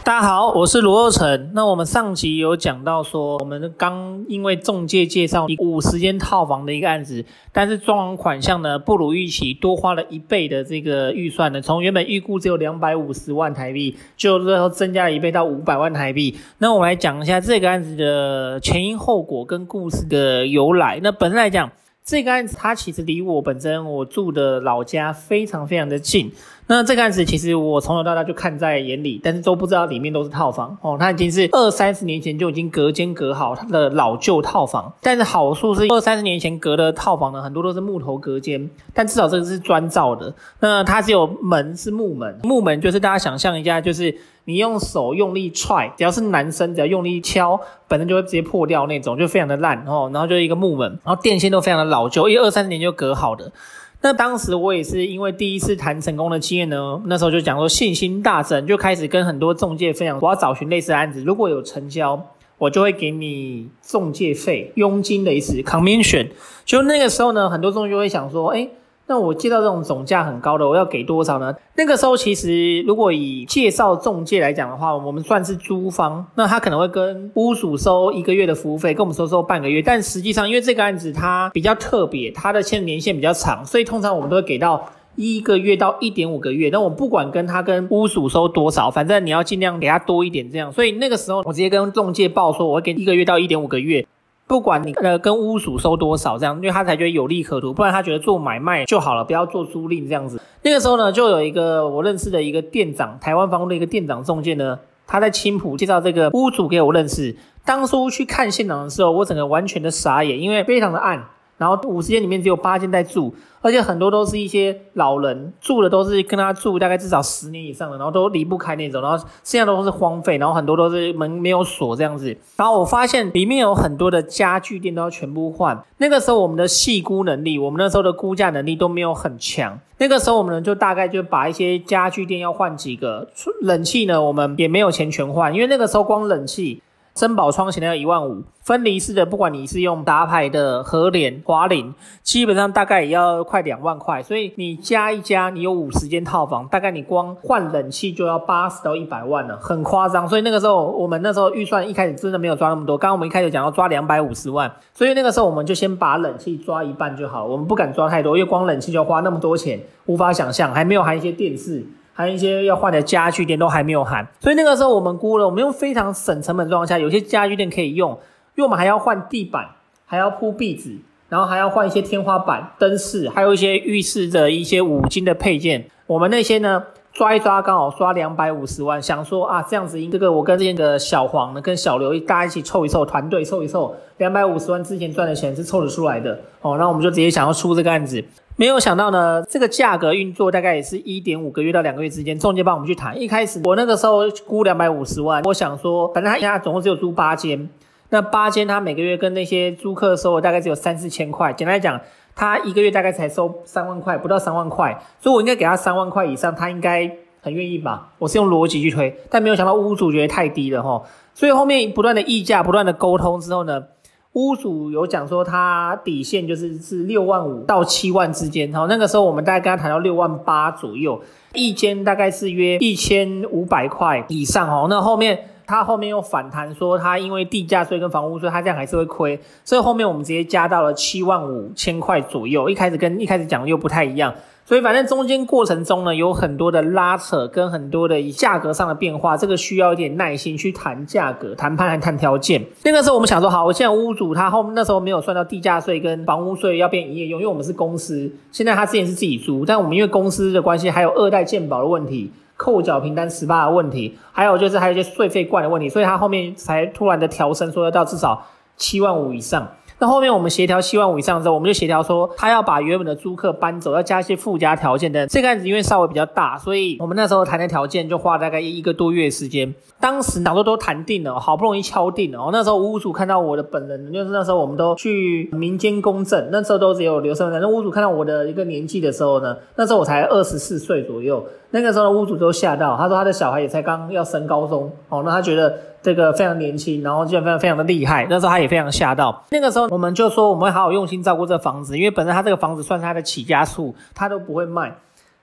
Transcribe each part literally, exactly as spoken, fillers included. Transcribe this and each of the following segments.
大家好，我是罗佑成。那我们上集有讲到说，我们刚因为仲介介绍五十间套房的一个案子，但是装潢款项呢不如预期，多花了一倍的这个预算呢，从原本预估只有两百五十万台币，就最后增加了一倍到五百万台币。那我们来讲一下这个案子的前因后果跟故事的由来。那本身来讲，这个案子它其实离我本身我住的老家非常非常的近。那这个案子其实我从小到大就看在眼里，但是都不知道里面都是套房哦。它已经是二三十年前就已经隔间隔好它的老旧套房，但是好处是二三十年前隔的套房呢，很多都是木头隔间，但至少这个是砖造的。那它只有门是木门，木门就是大家想象一下，就是你用手用力踹，只要是男生只要用力敲，本身就会直接破掉那种，就非常的烂哦。然后就是一个木门，然后电线都非常的老旧，因为二三十年就隔好的。那当时我也是因为第一次谈成功的经验呢，那时候就讲说信心大增，就开始跟很多仲介分享，我要找寻类似的案子，如果有成交，我就会给你仲介费佣金的意思 commission。 就那个时候呢，很多仲介会想说，诶那我接到这种总价很高的，我要给多少呢？那个时候其实如果以介绍仲介来讲的话，我们算是租方，那他可能会跟屋主收一个月的服务费，跟我们收收半个月。但实际上因为这个案子它比较特别，它的签年限比较长，所以通常我们都会给到一个月到 一点五个月。那我不管跟他跟屋主收多少，反正你要尽量给他多一点这样。所以那个时候我直接跟仲介报说，我会给一个月到 一点五个月，不管你呃跟屋主收多少这样，因为他才觉得有利可图，不然他觉得做买卖就好了，不要做租赁这样子。那个时候呢，就有一个我认识的一个店长，台湾房屋的一个店长仲介呢，他在青埔介绍这个屋主给我认识。当初去看现场的时候，我整个完全的傻眼，因为非常的暗，然后五十间里面只有八间在住，而且很多都是一些老人住的，都是跟他住大概至少十年以上的，然后都离不开那种，然后剩下都是荒废，然后很多都是门没有锁这样子。然后我发现里面有很多的家具店都要全部换。那个时候我们的细估能力，我们那时候的估价能力都没有很强。那个时候我们就大概就把一些家具店要换几个，冷气呢我们也没有钱全换，因为那个时候光冷气珍宝窗前要一万五，分离式的不管你是用达牌的、和联、华联，基本上大概也要快两万块，所以你加一加，你有五十间套房，大概你光换冷气就要八十到一百万了，很夸张。所以那个时候我们那时候预算一开始真的没有抓那么多，刚刚我们一开始讲要抓两百五十万，所以那个时候我们就先把冷气抓一半就好，我们不敢抓太多，因为光冷气就要花那么多钱，无法想象，还没有含一些电视，还有一些要换的家具店都还没有含。所以那个时候我们估了，我们用非常省成本的状况下，有些家具店可以用，因为我们还要换地板，还要铺壁纸，然后还要换一些天花板、灯饰，还有一些浴室的一些五金的配件。我们那些呢抓一抓刚好刷两百五十万，想说啊这样子这个我跟这个小黄呢跟小刘大家一起凑一凑，团队凑一凑，两百五十万之前赚的钱是凑得出来的哦。那我们就直接想要出这个案子。没有想到呢，这个价格运作大概也是 一点五个月到两个月之间，仲介帮我们去谈。一开始我那个时候估两百五十万，我想说反正他他总共只有租八间，那八间他每个月跟那些租客收的大概只有三四千块，简单来讲他一个月大概才收三万块，不到三万块，所以我应该给他三万块以上，他应该很愿意吧，我是用逻辑去推，但没有想到屋主觉得太低了齁，所以后面不断的议价，不断的沟通之后呢，屋主有讲说他底线就是是六万五到七万之间，那个时候我们大概跟他谈到六万八左右，一间大概是约一千五百块以上。那后面他后面又反弹说他因为地价税跟房屋税他这样还是会亏，所以后面我们直接加到了七万五千块左右，一开始跟一开始讲的又不太一样。所以反正中间过程中呢，有很多的拉扯跟很多的价格上的变化，这个需要一点耐心去谈价格、谈判和谈条件。那个时候我们想说，好，我现在屋主他后那时候没有算到地价税跟房屋税要变营业用，因为我们是公司，现在他之前是自己租，但我们因为公司的关系，还有二代健保的问题、扣缴凭单十八的问题，还有就是还有一些税费灌的问题，所以他后面才突然的调升，说要到至少七万五以上。那后面我们协调七万五以上之后，我们就协调说他要把原本的租客搬走，要加一些附加条件的。这个案子因为稍微比较大，所以我们那时候谈的条件就花大概一个多月的时间。当时想说都谈定了，好不容易敲定了。那时候屋主看到我的本人，就是那时候我们都去民间公证，那时候都只有留身份证。那屋主看到我的一个年纪的时候呢，那时候我才二十四岁左右。那个时候屋主都吓到，他说他的小孩也才刚要升高中，哦，那他觉得这个非常年轻，然后就非常非常的厉害。那时候他也非常吓到。那个时候我们就说我们会好好用心照顾这个房子，因为本身他这个房子算是他的起家处，他都不会卖。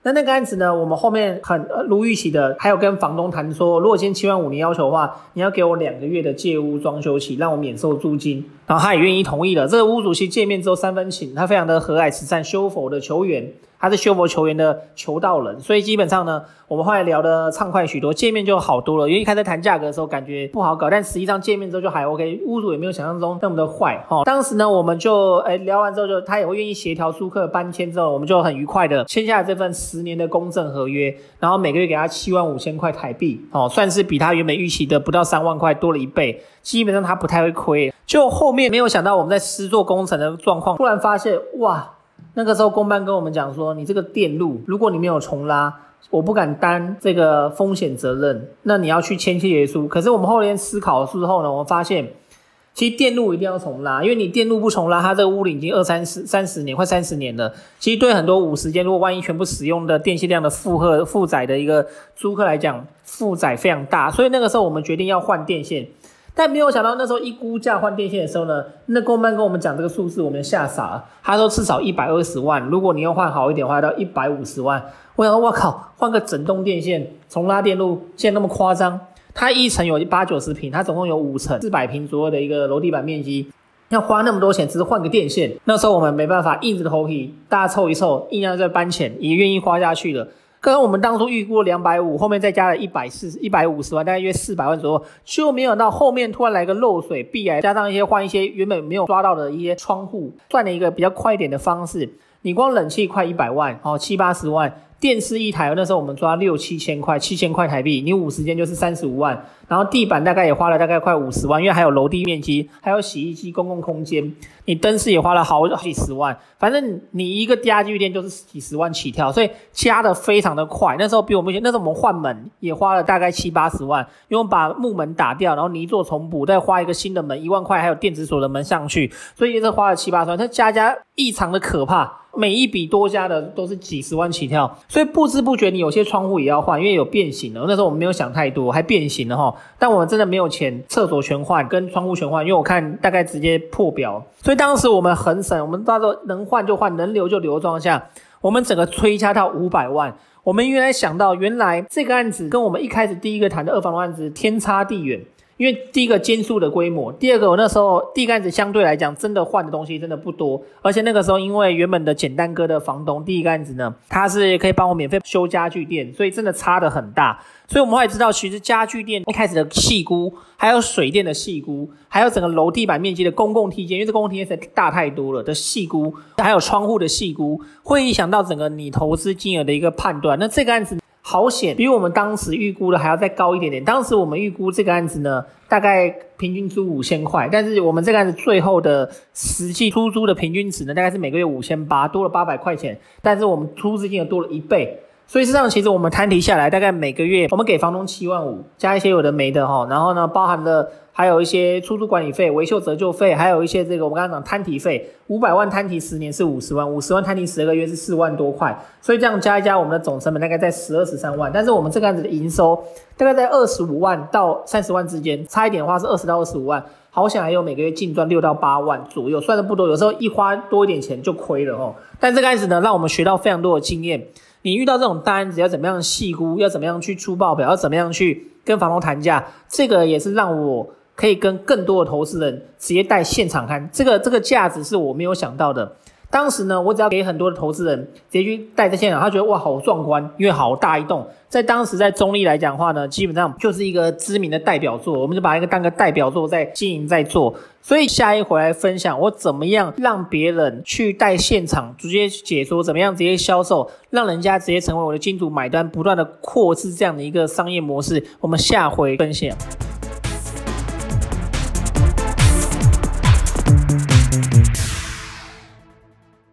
那那个案子呢，我们后面很如预期的，还有跟房东谈说，如果今天七万五你要求的话，你要给我两个月的借屋装修期，让我免受租金。然后他也愿意同意了。这个屋主其实见面之后三分情，他非常的和蔼慈善，修佛的球员，他是修佛球员的求道人，所以基本上呢，我们后来聊得畅快许多，见面就好多了。因为一开始谈价格的时候感觉不好搞，但实际上见面之后就还 OK， 屋主也没有想象中那么的坏、哦、当时呢，我们就诶聊完之后就，他也会愿意协调租客搬迁之后，我们就很愉快的签下了这份十年的公证合约，然后每个月给他七万五千块台币、哦、算是比他原本预期的不到三万块多了一倍，基本上他不太会亏。就后面没有想到我们在施作工程的状况，突然发现哇，那个时候工班跟我们讲说，你这个电路如果你没有重拉，我不敢担这个风险责任，那你要去签契约书。可是我们后面思考之后呢，我们发现其实电路一定要重拉，因为你电路不重拉，它这个屋龄已经二三十三十年快三十年了，其实对很多五十间如果万一全部使用的电器量的负荷负载的一个租客来讲，负载非常大，所以那个时候我们决定要换电线。但没有想到那时候一估价换电线的时候呢，那工班跟我们讲这个数字，我们吓傻了。他说至少一百二十万，如果你要换好一点的话，到一百五十万。我想我靠，换个整栋电线重拉电路，现在那么夸张？它一层有八九十坪，它总共有五层，四百坪左右的一个楼地板面积，要花那么多钱，只是换个电线。那时候我们没办法，硬着头皮，大家凑一凑，硬要再搬钱，也愿意花下去了。刚刚我们当初预估两百五十，后面再加了一百四十、一百五十万，大概约四百万左右，就没有到后面突然来个漏水壁癌，加上一些换一些原本没有抓到的一些窗户，算了一个比较快一点的方式。你光冷气快一百万，哦，七八十万。电视一台，那时候我们抓六七千块，七千块台币，你五十间就是三十五万，然后地板大概也花了大概快五十万，因为还有楼地面积，还有洗衣机、公共空间，你灯饰也花了好几十万，反正你一个家具店就是几十万起跳，所以加的非常的快。那时候比我们那时候我们换门也花了大概七八十万，因为我们把木门打掉，然后泥做重补，再花一个新的门一万块，还有电子锁的门上去，所以这花了七八十万，它加加异常的可怕。每一笔多加的都是几十万起跳，所以不知不觉你有些窗户也要换，因为有变形了。那时候我们没有想太多，还变形了齁，但我们真的没有钱，厕所全换跟窗户全换，因为我看大概直接破表，所以当时我们很省，我们到时候能换就换，能留就留的状况下，我们整个催加到五百万。我们原来想到，原来这个案子跟我们一开始第一个谈的二房东案子天差地远。因为第一个间数的规模，第二个我那时候第一个案子相对来讲真的换的东西真的不多，而且那个时候因为原本的简单哥的房东第一个案子呢，他是可以帮我免费修家具店，所以真的差得很大。所以我们后来知道，其实家具店一开始的细估，还有水电的细估，还有整个楼地板面积的公共梯间，因为这公共梯间实在大太多了的细估，还有窗户的细估，会影响到整个你投资金额的一个判断。那这个案子好险，比我们当时预估的还要再高一点点。当时我们预估这个案子呢，大概平均租五千块，但是我们这个案子最后的实际出租的平均值呢，大概是每个月五千八，多了八百块钱，但是我们出资金额多了一倍。所以事实上其实我们摊提下来，大概每个月我们给房东七万五，加一些有的没的齁，然后呢包含了还有一些出租管理费、维修折旧费，还有一些这个我们刚刚讲摊提费，五百万摊提十年是五十万，五十万摊提十二个月是四万多块，所以这样加一加，我们的总成本大概在十二十三万，但是我们这个案子的营收大概在二十五万到三十万之间，差一点的话是二十到二十五万，好想还有每个月净赚六到八万左右，算是不多，有时候一花多一点钱就亏了齁。但这个案子呢，让我们学到非常多的经验。你遇到这种大案子要怎么样细估，要怎么样去出报表，要怎么样去跟房东谈价，这个也是让我可以跟更多的投资人直接带现场看，这个这个价值是我没有想到的。当时呢，我只要给很多的投资人直接去带在现场，他觉得哇好壮观，因为好大一栋，在当时在中立来讲的话呢，基本上就是一个知名的代表作，我们就把一个当个代表作在经营在做。所以下一回来分享我怎么样让别人去带现场直接解说，怎么样直接销售，让人家直接成为我的金主买单，不断的扩制这样的一个商业模式，我们下回分享。